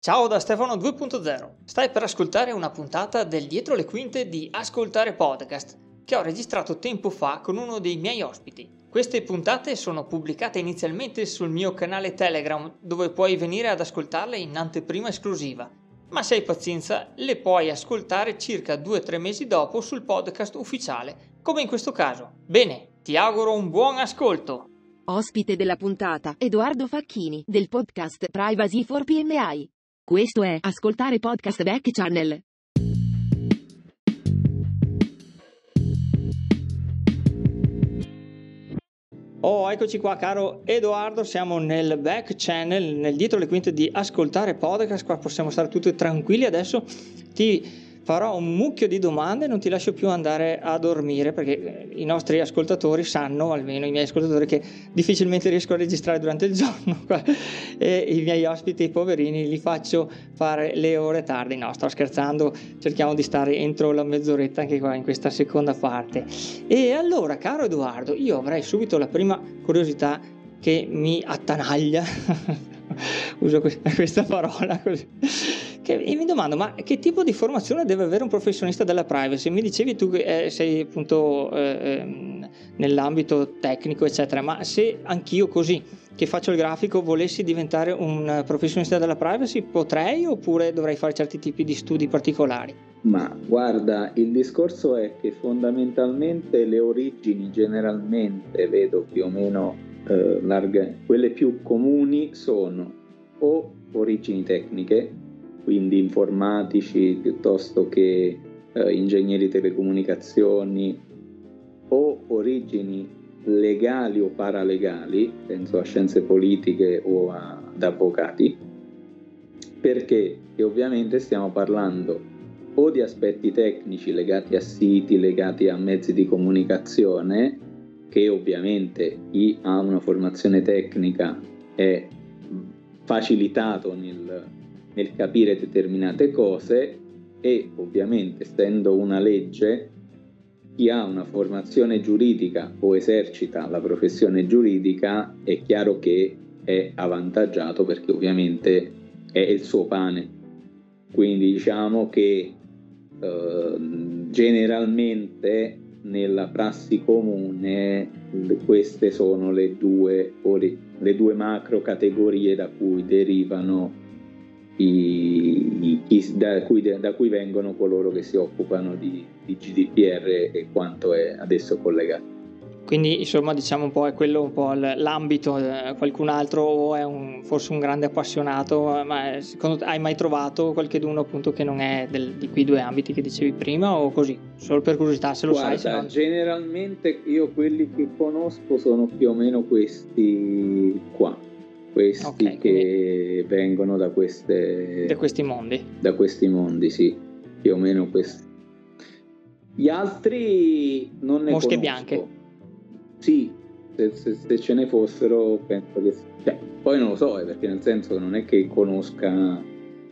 Ciao da Stefano 2.0, stai per ascoltare una puntata del Dietro le Quinte di Ascoltare Podcast che ho registrato tempo fa con uno dei miei ospiti. Queste puntate sono pubblicate inizialmente sul mio canale Telegram dove puoi venire ad ascoltarle in anteprima esclusiva, ma se hai pazienza le puoi ascoltare circa 2-3 mesi dopo sul podcast ufficiale, come in questo caso. Bene, ti auguro un buon ascolto! Ospite della puntata, Edoardo Facchini, del podcast Privacy for PMI. Questo è Ascoltare Podcast Back Channel. Oh, eccoci qua caro Edoardo, siamo nel back channel, nel dietro le quinte di Ascoltare Podcast, qua possiamo stare tutti tranquilli. Adesso ti farò un mucchio di domande, non ti lascio più andare a dormire perché i nostri ascoltatori sanno, almeno i miei ascoltatori, che difficilmente riesco a registrare durante il giorno e i miei ospiti poverini li faccio fare le ore tardi. No, sto scherzando, cerchiamo di stare entro la mezz'oretta anche qua in questa seconda parte. E allora caro Edoardo, io avrei subito la prima curiosità che mi attanaglia uso questa parola così, e mi domando, ma che tipo di formazione deve avere un professionista della privacy? Mi dicevi tu che sei appunto nell'ambito tecnico eccetera, ma se anch'io così che faccio il grafico volessi diventare un professionista della privacy, potrei oppure dovrei fare certi tipi di studi particolari? Ma guarda, il discorso è che fondamentalmente le origini generalmente vedo più o meno larghe, quelle più comuni sono o origini tecniche, quindi informatici piuttosto che ingegneri telecomunicazioni, o origini legali o paralegali, penso a scienze politiche o ad avvocati, perché ovviamente stiamo parlando o di aspetti tecnici legati a siti, legati a mezzi di comunicazione, che ovviamente chi ha una formazione tecnica è facilitato nel capire determinate cose, e ovviamente essendo una legge, chi ha una formazione giuridica o esercita la professione giuridica è chiaro che è avvantaggiato perché ovviamente è il suo pane. Quindi diciamo che generalmente nella prassi comune queste sono le due macro categorie da cui derivano da cui vengono coloro che si occupano di GDPR e quanto è adesso collegato. Quindi insomma diciamo un po' è quello un po' l'ambito, qualcun altro è forse un grande appassionato, ma secondo te hai mai trovato qualcheduno appunto che non è di quei due ambiti che dicevi prima, o così? Solo per curiosità, se lo sai. Guarda, generalmente io quelli che conosco sono più o meno questi qua, okay, che vengono da questi mondi, sì, più o meno questi. Gli altri non ne Mosche conosco. bianche. Sì, se ce ne fossero penso che poi non lo so, perché nel senso non è che conosca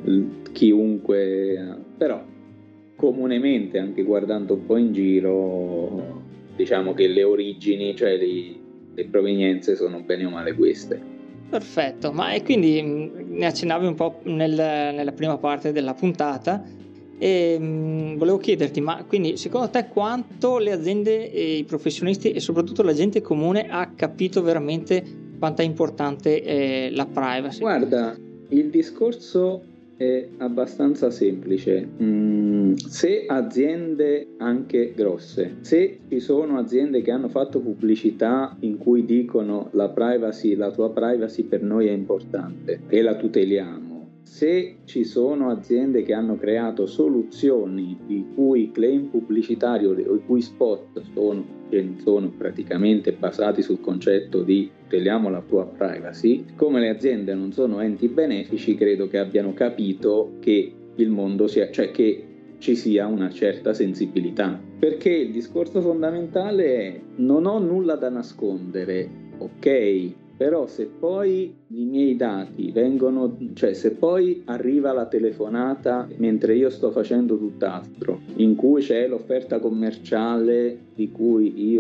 chiunque, però comunemente, anche guardando un po' in giro, diciamo che le origini, cioè le provenienze sono bene o male queste. Perfetto, ma e quindi ne accennavi un po' nella prima parte della puntata e volevo chiederti, ma quindi secondo te quanto le aziende e i professionisti e soprattutto la gente comune ha capito veramente quanto è importante la privacy? Guarda, il discorso è abbastanza semplice. Se aziende anche grosse, se ci sono aziende che hanno fatto pubblicità in cui dicono la tua privacy per noi è importante e la tuteliamo, se ci sono aziende che hanno creato soluzioni i cui claim pubblicitario o i cui spot sono praticamente basati sul concetto di tuteliamo la tua privacy, come le aziende non sono enti benefici, credo che abbiano capito che il mondo che ci sia una certa sensibilità, perché il discorso fondamentale è: non ho nulla da nascondere, ok? Però se poi i miei dati se poi arriva la telefonata mentre io sto facendo tutt'altro, in cui c'è l'offerta commerciale di cui io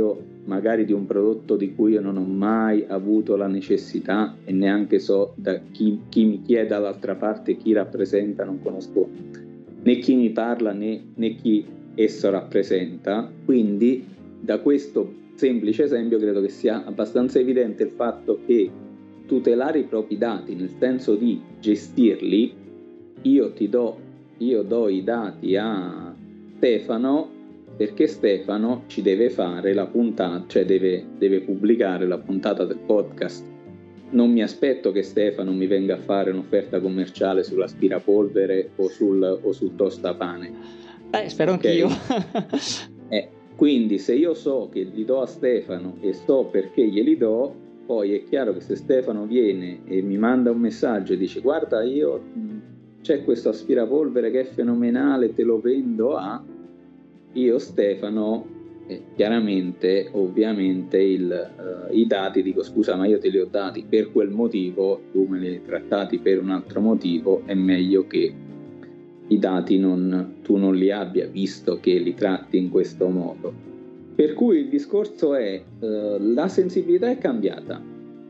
magari di un prodotto di cui io non ho mai avuto la necessità e neanche so da chi mi chiede dall'altra parte, chi rappresenta, non conosco né chi mi parla né chi esso rappresenta. Quindi da questo semplice esempio credo che sia abbastanza evidente il fatto che tutelare i propri dati, nel senso di gestirli, io do i dati a Stefano perché Stefano ci deve fare la puntata, cioè deve pubblicare la puntata del podcast. Non mi aspetto che Stefano mi venga a fare un'offerta commerciale sull'aspirapolvere o sul tostapane. Spero anch'io. Quindi se io so che li do a Stefano e so perché glieli do, poi è chiaro che se Stefano viene e mi manda un messaggio e dice guarda, c'è questo aspirapolvere che è fenomenale, te lo vendo io Stefano, chiaramente, ovviamente i dati dico scusa ma io te li ho dati per quel motivo, tu me li hai trattati per un altro motivo, è meglio che i dati tu non li abbia visto che li tratti in questo modo. Per cui il discorso è la sensibilità è cambiata.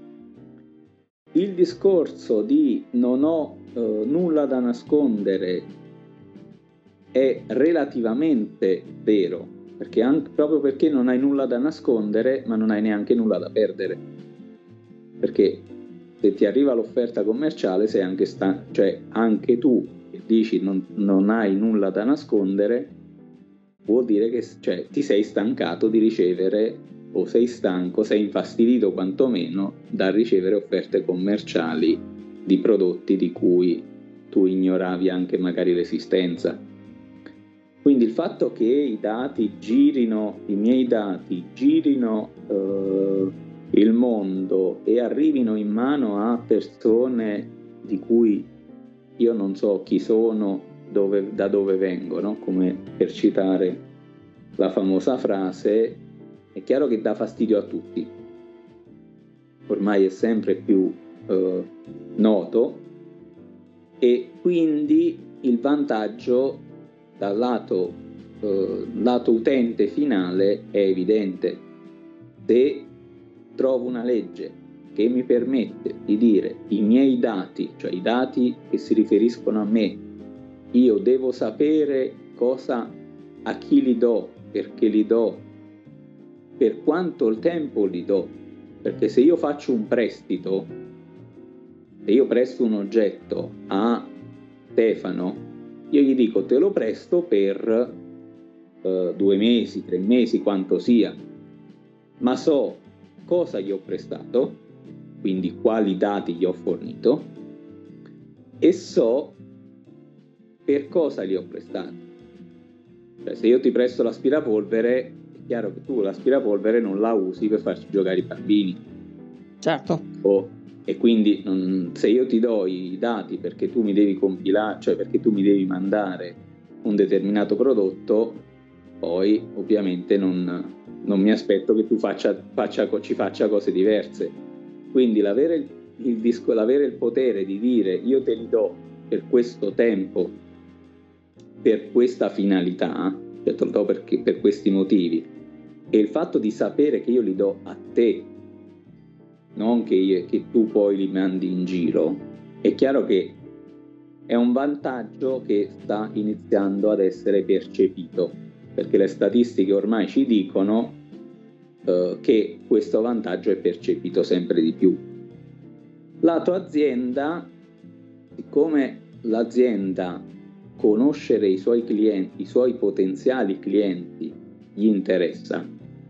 Il discorso di non ho nulla da nascondere è relativamente vero, perché proprio perché non hai nulla da nascondere, ma non hai neanche nulla da perdere. Perché se ti arriva l'offerta commerciale sei anche cioè anche tu che dici non hai nulla da nascondere, vuol dire che ti sei stancato di ricevere, o sei stanco, sei infastidito quantomeno da ricevere offerte commerciali di prodotti di cui tu ignoravi anche magari l'esistenza. Quindi il fatto che i miei dati girino il mondo e arrivino in mano a persone di cui io non so chi sono, da dove vengono, come per citare la famosa frase, è chiaro che dà fastidio a tutti. Ormai è sempre più noto, e quindi il vantaggio dal lato utente finale è evidente. Se trovo una legge che mi permette di dire i miei dati, cioè i dati che si riferiscono a me, io devo sapere a chi li do, perché li do, per quanto tempo li do, perché se io faccio un prestito, se io presto un oggetto a Stefano, io gli dico te lo presto per 2 mesi, 3 mesi, quanto sia, ma so cosa gli ho prestato, quindi quali dati gli ho fornito, e so per cosa li ho prestati. Cioè, se io ti presto l'aspirapolvere, è chiaro che tu l'aspirapolvere non la usi per farci giocare i bambini. Certo. E quindi se io ti do i dati perché tu mi devi compilare, cioè perché tu mi devi mandare un determinato prodotto, poi ovviamente non mi aspetto che tu ci faccia cose diverse. Quindi l'avere il potere di dire io te li do per questo tempo, per questa finalità, cioè te lo do per questi motivi, e il fatto di sapere che io li do a te, non che tu poi li mandi in giro, è chiaro che è un vantaggio che sta iniziando ad essere percepito, perché le statistiche ormai ci dicono che questo vantaggio è percepito sempre di più. Lato azienda, siccome l'azienda conoscere i suoi clienti, i suoi potenziali clienti gli interessa,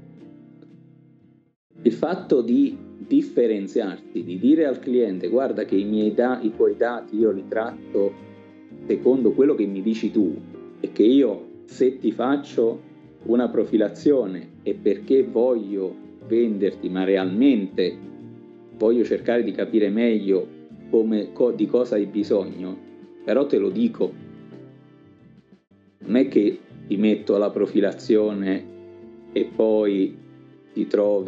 il fatto di differenziarsi, di dire al cliente guarda che i tuoi dati io li tratto secondo quello che mi dici tu, e che io se ti faccio una profilazione è perché voglio venderti, ma realmente voglio cercare di capire meglio di cosa hai bisogno, però te lo dico, non è che ti metto la profilazione e poi ti trovo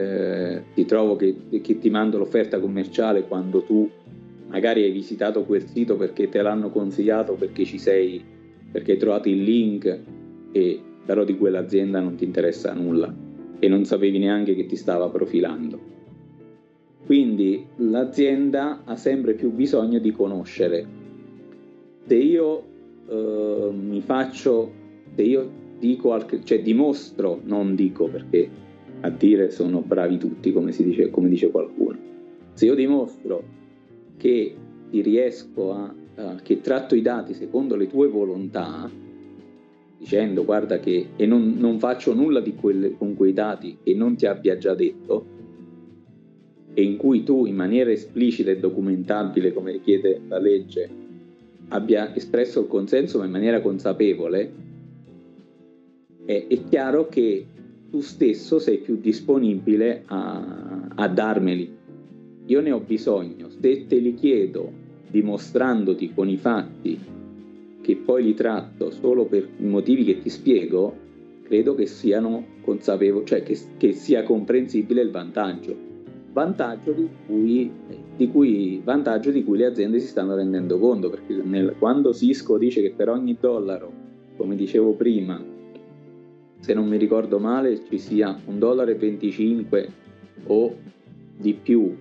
che ti mando l'offerta commerciale quando tu magari hai visitato quel sito perché te l'hanno consigliato, perché hai trovato il link, e però di quell'azienda non ti interessa nulla. e non sapevi neanche che ti stava profilando. Quindi l'azienda ha sempre più bisogno di conoscere. Se io dimostro, non dico, perché a dire sono bravi tutti, come dice qualcuno. Se io dimostro che ti riesco che tratto i dati secondo le tue volontà, dicendo guarda che e non faccio nulla con quei dati che non ti abbia già detto, e in cui tu in maniera esplicita e documentabile, come richiede la legge, abbia espresso il consenso ma in maniera consapevole, è chiaro che tu stesso sei più disponibile a darmeli. Io ne ho bisogno. Se te li chiedo dimostrandoti con i fatti che poi li tratto solo per i motivi che ti spiego, credo che siano consapevoli, cioè che sia comprensibile il vantaggio di cui le aziende si stanno rendendo conto, perché quando Cisco dice che per ogni dollaro, come dicevo prima, se non mi ricordo male, ci sia $1,25 o di più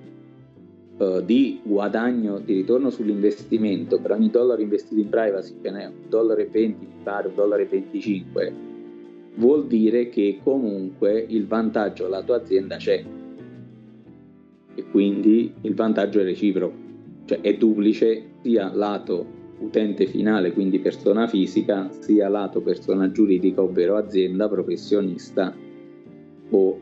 di guadagno, di ritorno sull'investimento, per ogni dollaro investito in privacy ce n'è $1,20, mi pare $1,25, vuol dire che comunque il vantaggio alla tua azienda c'è, e quindi il vantaggio è reciproco, cioè è duplice, sia lato utente finale, quindi persona fisica, sia lato persona giuridica, ovvero azienda, professionista o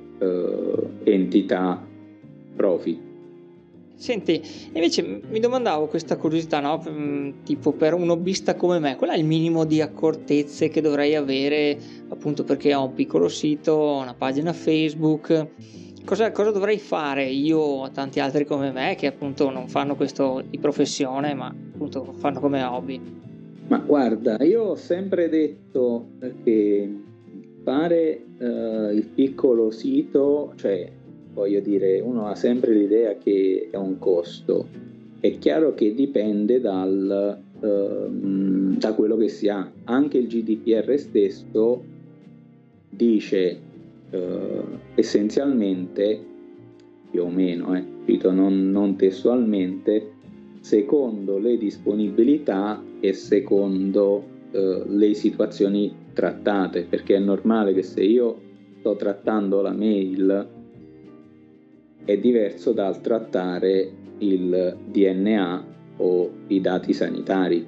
entità profit. Senti, invece mi domandavo questa curiosità, no? Tipo per un hobbista come me, qual è il minimo di accortezze che dovrei avere, appunto perché ho un piccolo sito, una pagina Facebook? Cosa dovrei fare io o tanti altri come me che appunto non fanno questo di professione, ma appunto fanno come hobby? Ma guarda, io ho sempre detto che fare il piccolo sito, cioè voglio dire, uno ha sempre l'idea che è un costo. È chiaro che dipende da quello che si ha. Anche il GDPR stesso dice essenzialmente, più o meno, cito non testualmente, secondo le disponibilità e secondo le situazioni trattate, perché è normale che se io sto trattando la mail è diverso dal trattare il DNA o i dati sanitari.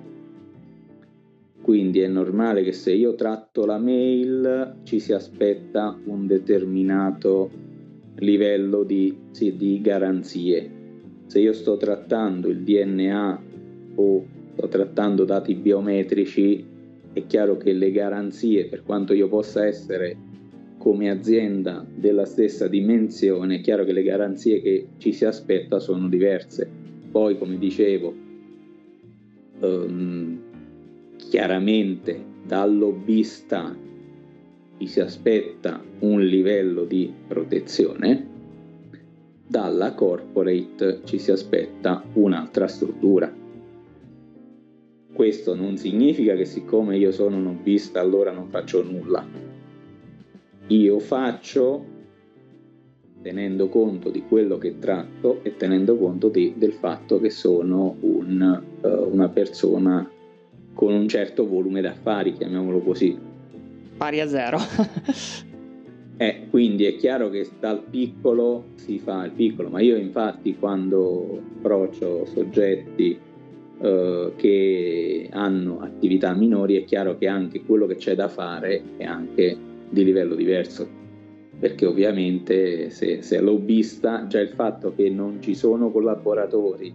Quindi è normale che se io tratto la mail ci si aspetta un determinato livello di garanzie. Se io sto trattando il DNA o sto trattando dati biometrici, è chiaro che le garanzie, per quanto io possa essere come azienda della stessa dimensione, è chiaro che le garanzie che ci si aspetta sono diverse. Poi, come dicevo, chiaramente dal lobbista ci si aspetta un livello di protezione, dalla corporate ci si aspetta un'altra struttura. Questo non significa che siccome io sono un lobbista allora non faccio nulla. Io faccio tenendo conto di quello che tratto e tenendo conto del fatto che sono una persona con un certo volume d'affari, chiamiamolo così. Pari a zero. Quindi è chiaro che dal piccolo si fa il piccolo, ma io infatti quando approccio soggetti che hanno attività minori è chiaro che anche quello che c'è da fare è anche di livello diverso, perché ovviamente se è lobbista già il fatto che non ci sono collaboratori,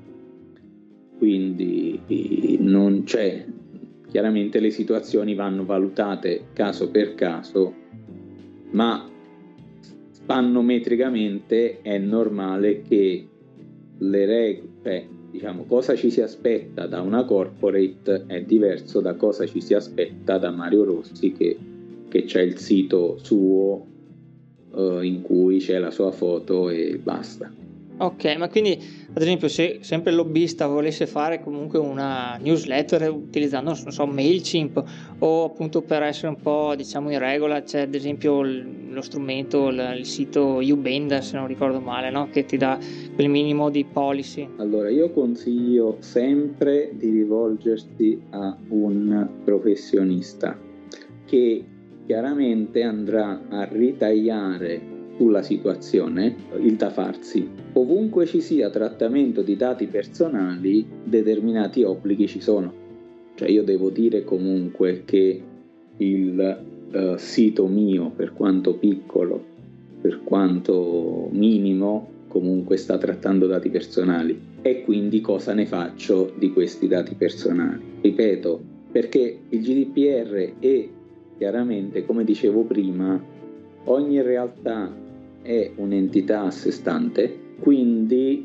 quindi non c'è, chiaramente le situazioni vanno valutate caso per caso, ma spannometricamente è normale che le regole, diciamo, cosa ci si aspetta da una corporate è diverso da cosa ci si aspetta da Mario Rossi che c'è il sito suo in cui c'è la sua foto e basta. Ok, ma quindi ad esempio se sempre il lobbista volesse fare comunque una newsletter utilizzando, non so, Mailchimp, o appunto per essere un po' diciamo in regola c'è ad esempio lo strumento, il sito Ubenda se non ricordo male, no? Che ti dà quel minimo di policy. Allora, io consiglio sempre di rivolgersi a un professionista che chiaramente andrà a ritagliare sulla situazione il da farsi. Ovunque ci sia trattamento di dati personali, determinati obblighi ci sono. Cioè io devo dire comunque che il sito mio, per quanto piccolo, per quanto minimo, comunque sta trattando dati personali. E quindi cosa ne faccio di questi dati personali? Ripeto, perché il GDPR è chiaramente, come dicevo prima, ogni realtà è un'entità a sé stante, quindi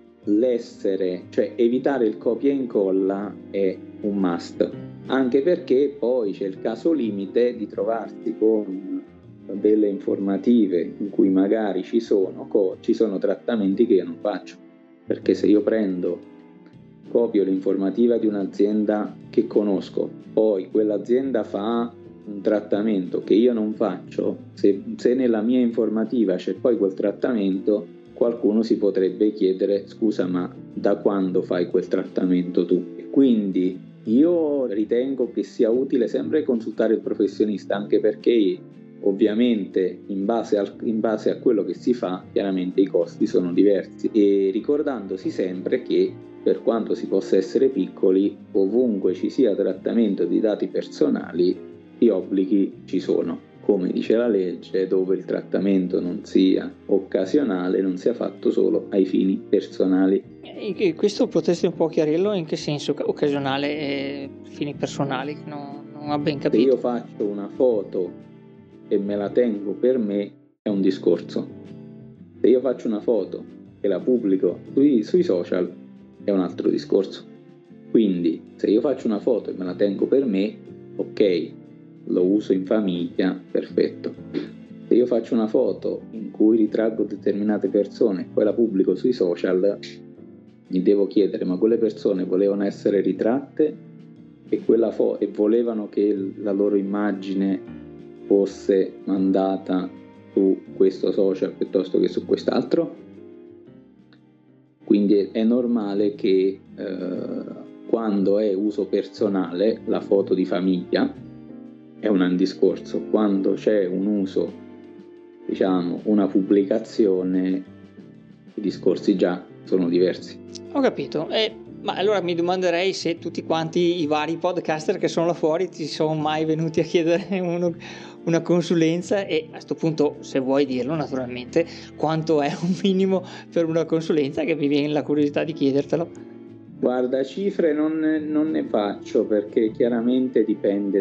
evitare il copia e incolla è un must, anche perché poi c'è il caso limite di trovarsi con delle informative in cui magari ci sono trattamenti che io non faccio, perché se io copio l'informativa di un'azienda che conosco, poi quell'azienda fa un trattamento che io non faccio, se nella mia informativa c'è poi quel trattamento, qualcuno si potrebbe chiedere: scusa, ma da quando fai quel trattamento tu? E quindi io ritengo che sia utile sempre consultare il professionista, anche perché ovviamente in base a quello che si fa, chiaramente i costi sono diversi, e ricordandosi sempre che per quanto si possa essere piccoli, ovunque ci sia trattamento di dati personali, gli obblighi ci sono, come dice la legge, dove il trattamento non sia occasionale, non sia fatto solo ai fini personali. E questo potresti un po' chiarirlo, in che senso occasionale e fini personali, che non ho ben capito. Se io faccio una foto e me la tengo per me è un discorso. Se io faccio una foto e la pubblico sui social è un altro discorso. Quindi se io faccio una foto e me la tengo per me, ok, lo uso in famiglia, perfetto. Se io faccio una foto in cui ritraggo determinate persone e poi la pubblico sui social, mi devo chiedere: ma quelle persone volevano essere ritratte e volevano che la loro immagine fosse mandata su questo social piuttosto che su quest'altro? Quindi è normale che quando è uso personale, la foto di famiglia è un discorso, quando c'è un uso, diciamo, una pubblicazione, i discorsi già sono diversi. Ho capito, ma allora mi domanderei se tutti quanti i vari podcaster che sono là fuori ti sono mai venuti a chiedere una consulenza, e a questo punto, se vuoi dirlo naturalmente, quanto è un minimo per una consulenza, che mi viene la curiosità di chiedertelo. Guarda, cifre non ne faccio, perché chiaramente dipende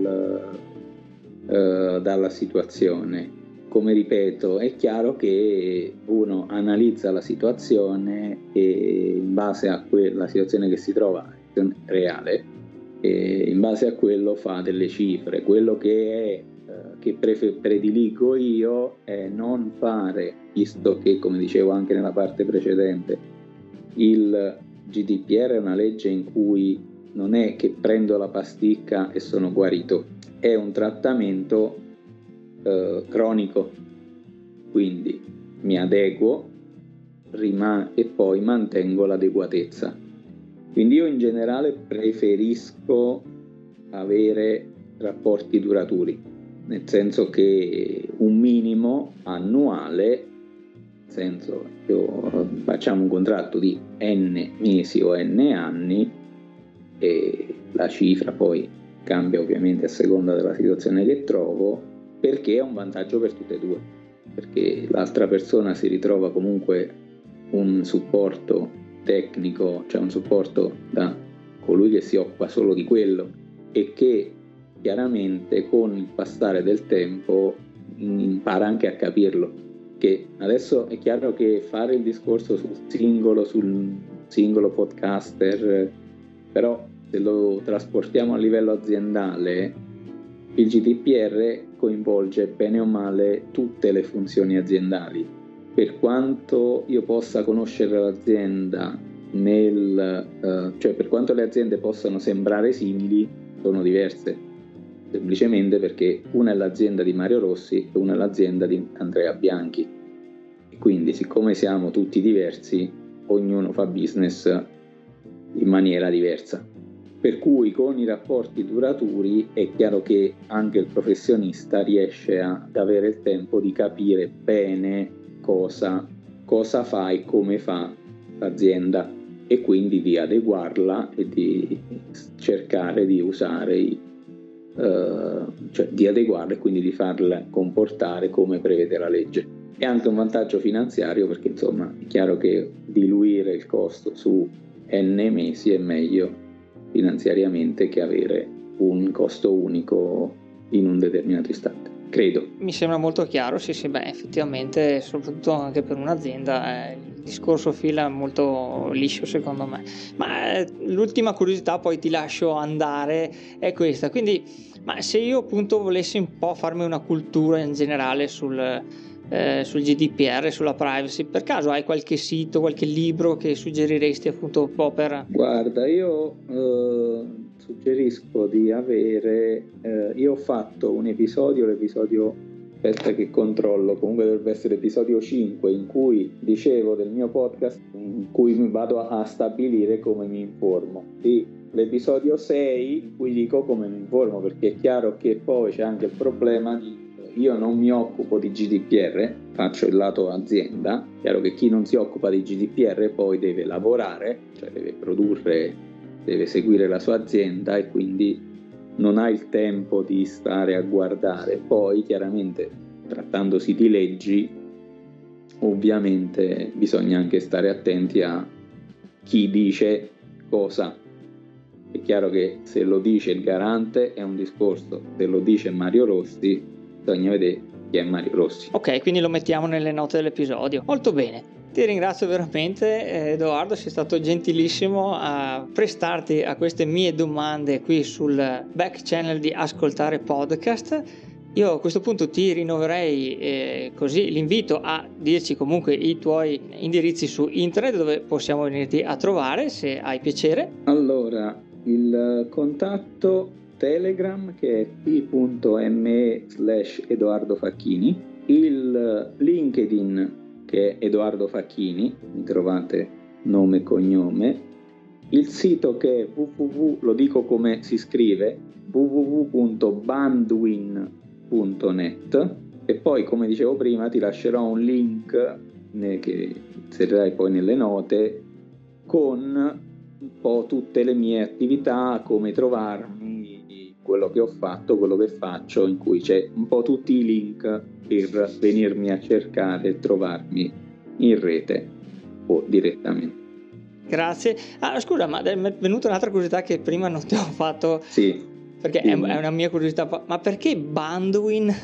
dalla situazione. Come ripeto, è chiaro che uno analizza la situazione e in base a quella situazione che si trova reale, e in base a quello fa delle cifre. Quello che prediligo io è non fare, visto che, come dicevo anche nella parte precedente, il GDPR è una legge in cui non è che prendo la pasticca e sono guarito, è un trattamento cronico, quindi mi adeguo e poi mantengo l'adeguatezza. Quindi io in generale preferisco avere rapporti duraturi, nel senso che un minimo annuale, nel senso facciamo un contratto di n mesi o n anni, e la cifra poi cambia ovviamente a seconda della situazione che trovo, perché è un vantaggio per tutte e due, perché l'altra persona si ritrova comunque un supporto tecnico, cioè un supporto da colui che si occupa solo di quello, e che chiaramente con il passare del tempo impara anche a capirlo. Che adesso è chiaro che fare il discorso sul singolo podcaster, però se lo trasportiamo a livello aziendale, il GDPR coinvolge bene o male tutte le funzioni aziendali, per quanto io possa conoscere l'azienda cioè per quanto le aziende possano sembrare simili, sono diverse, semplicemente perché una è l'azienda di Mario Rossi e una è l'azienda di Andrea Bianchi, e quindi siccome siamo tutti diversi, ognuno fa business in maniera diversa, per cui con i rapporti duraturi è chiaro che anche il professionista riesce ad avere il tempo di capire bene cosa fa e come fa l'azienda, e quindi di adeguarla e di cercare di usare cioè di adeguarla e quindi di farla comportare come prevede la legge. È anche un vantaggio finanziario, perché insomma è chiaro che diluire il costo su n mesi è meglio finanziariamente che avere un costo unico in un determinato istante, credo. Mi sembra molto chiaro, sì, effettivamente, soprattutto anche per un'azienda, il discorso fila molto liscio secondo me. Ma l'ultima curiosità, poi ti lascio andare, è questa. Quindi, ma se io appunto volessi un po' farmi una cultura in generale sul GDPR, sulla privacy, per caso hai qualche sito, qualche libro che suggeriresti appunto un po' per... Guarda, io suggerisco di avere, io ho fatto un l'episodio, aspetta che controllo, comunque dovrebbe essere l'episodio 5, in cui dicevo del mio podcast, in cui mi vado a stabilire come mi informo, e l'episodio 6 in cui dico come mi informo, perché è chiaro che poi c'è anche il problema di io non mi occupo di GDPR, faccio il lato azienda. Chiaro che chi non si occupa di GDPR poi deve lavorare, cioè deve produrre, deve seguire la sua azienda, e quindi non ha il tempo di stare a guardare. Poi chiaramente, trattandosi di leggi, ovviamente bisogna anche stare attenti a chi dice cosa. È chiaro che se lo dice il garante è un discorso, se lo dice Mario Rossi bisogna vedere chi è Mario Rossi. Ok, quindi lo mettiamo nelle note dell'episodio. Molto bene. Ti ringrazio veramente, Edoardo, sei stato gentilissimo a prestarti a queste mie domande qui sul back channel di Ascoltare Podcast. Io a questo punto ti rinnoverei così l'invito a dirci comunque i tuoi indirizzi su internet dove possiamo venirti a trovare, se hai piacere. Allora, il contatto Telegram, che è t.me/Edoardo Facchini, il LinkedIn, che è Edoardo Facchini, mi trovate nome e cognome, il sito che è lo dico come si scrive, www.bandwin.net, e poi, come dicevo prima, ti lascerò un link che inserirei poi nelle note con un po' tutte le mie attività, come trovarmi, quello che ho fatto, quello che faccio, in cui c'è un po' tutti i link per venirmi a cercare e trovarmi in rete o direttamente. Grazie. Scusa, ma è venuta un'altra curiosità che prima non ti ho fatto. Sì. Perché è una mia curiosità, ma perché Bandwin?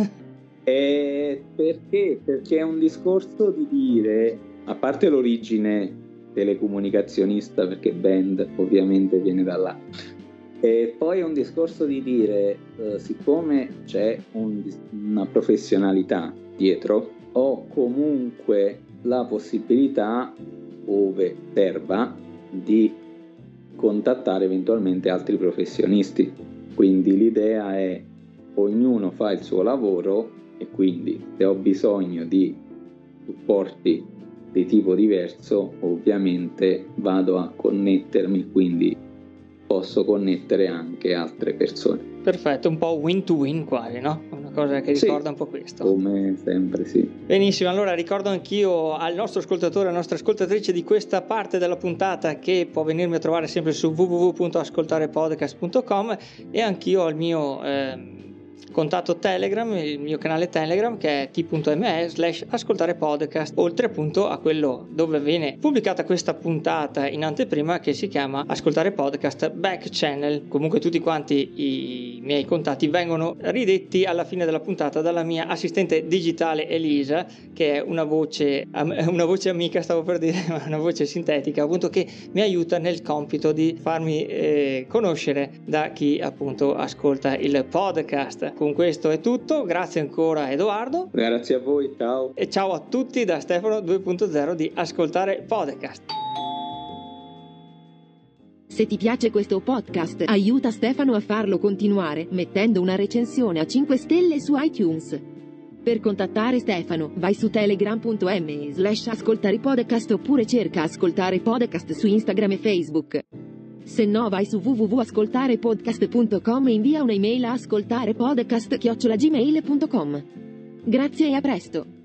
Perché è un discorso di dire, a parte l'origine telecomunicazionista, perché band ovviamente viene da là, e poi è un discorso di dire, siccome c'è una professionalità dietro, ho comunque la possibilità, ove serva, di contattare eventualmente altri professionisti. Quindi l'idea è ognuno fa il suo lavoro, e quindi se ho bisogno di supporti di tipo diverso, ovviamente vado a connettermi, quindi posso connettere anche altre persone. Perfetto, un po' win to win quasi, no? Una cosa che ricorda un po' questo. Come sempre, sì. Benissimo, allora ricordo anch'io al nostro ascoltatore, alla nostra ascoltatrice di questa parte della puntata, che può venirmi a trovare sempre su www.ascoltarepodcast.com, e anch'io al mio contatto Telegram, il mio canale Telegram, che è t.me/ascoltarepodcast, oltre appunto a quello dove viene pubblicata questa puntata in anteprima, che si chiama Ascoltare Podcast Back Channel. Comunque tutti quanti i miei contatti vengono ridetti alla fine della puntata dalla mia assistente digitale Elisa, che è una voce amica, stavo per dire, ma una voce sintetica, appunto, che mi aiuta nel compito di farmi conoscere da chi appunto ascolta il podcast. podcast. Con questo è tutto, grazie ancora Edoardo. Grazie a voi, ciao. E ciao a tutti da Stefano 2.0 di Ascoltare Podcast. Se ti piace questo podcast, aiuta Stefano a farlo continuare, mettendo una recensione a 5 stelle su iTunes. Per contattare Stefano, vai su telegram.me/ascoltarepodcast oppure cerca Ascoltare Podcast su Instagram e Facebook. Se no vai su www.ascoltarepodcast.com e invia un'email a ascoltarepodcast@gmail.com. Grazie e a presto!